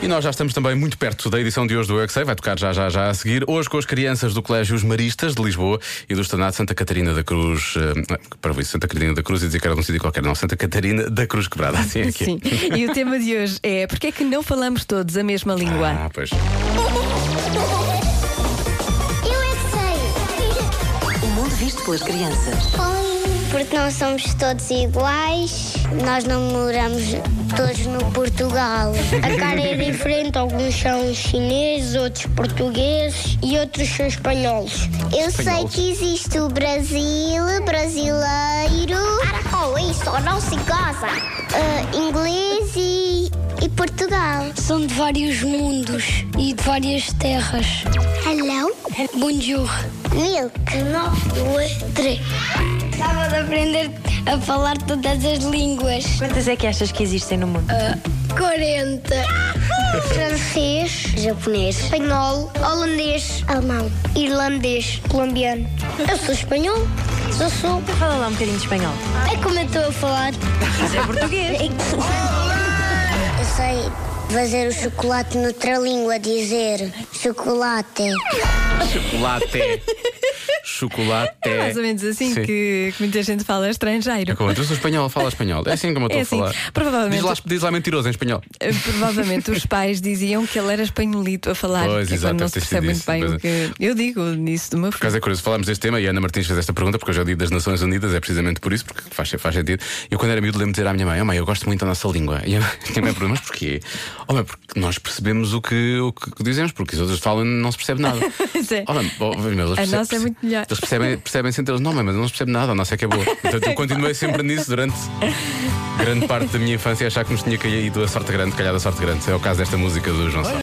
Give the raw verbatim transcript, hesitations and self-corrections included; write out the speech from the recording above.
E nós já estamos também muito perto da edição de hoje do U X A, vai tocar já, já, já a seguir. Hoje com as crianças do Colégio Os Maristas de Lisboa e do Estanato Santa Catarina da Cruz. Uh, para isso, Santa Catarina da Cruz e dizer que era num sítio qualquer, não, Santa Catarina da Cruz Quebrada. Assim é que é. Sim. E o tema de hoje é: porque é que não falamos todos a mesma língua? Ah, pois. Eu é que sei. O mundo visto pelas crianças. Porque não somos todos iguais, nós não moramos todos no Portugal. A cara é diferente, alguns são chineses, outros portugueses e outros são espanhóis. Eu sei que existe o Brasil, brasileiro, oh, isso, não se goza, uh, inglês e, e Portugal. São de vários mundos e de várias terras. Hello? Bonjour. Milk. Três. Gostava de aprender a falar todas as línguas. Quantas é que achas que existem no mundo? quarenta. Francês, japonês, espanhol, holandês, alemão, irlandês, colombiano. Eu sou espanhol. Eu sou. Fala lá um bocadinho de espanhol. É como eu estou a falar. Isso é português. Eu sei fazer o chocolate noutra língua, dizer chocolate. Chocolate. Chocolate. É mais ou menos assim Sim. que, que muita gente fala estrangeiro. É como eu sou espanhol, fala espanhol. É assim como eu estou É a assim, falar. provavelmente. Diz lá, diz lá mentiroso em espanhol. Uh, Provavelmente os pais diziam que ele era espanholito a falar. Pois, que é exato, quando não deve se ter percebe sido muito bem isso, o que. Eu digo nisso do meu Por filho. acaso é curioso, falámos deste tema e a Ana Martins fez esta pergunta porque hoje é o dia das Nações Unidas, é precisamente por isso, porque faz, faz sentido. Eu, quando era miúdo, lembro de dizer à minha mãe: oh, mãe, eu gosto muito da nossa língua. E a minha mãe perguntou: mas porquê? Oh, mãe, porque nós percebemos o que, o que dizemos, porque os outros falam e não se percebe nada. Pois é. Oh, mãe, oh, meu, eles A percebem- nossa é muito melhor. Eles percebem, percebem-se entre eles: não, mãe, mas não se percebe nada, a nossa é que é boa. Portanto, eu continuei sempre nisso durante grande parte da minha infância, a achar que nos tinha caído a sorte grande, calhada a sorte grande. É o caso desta música do João Sá.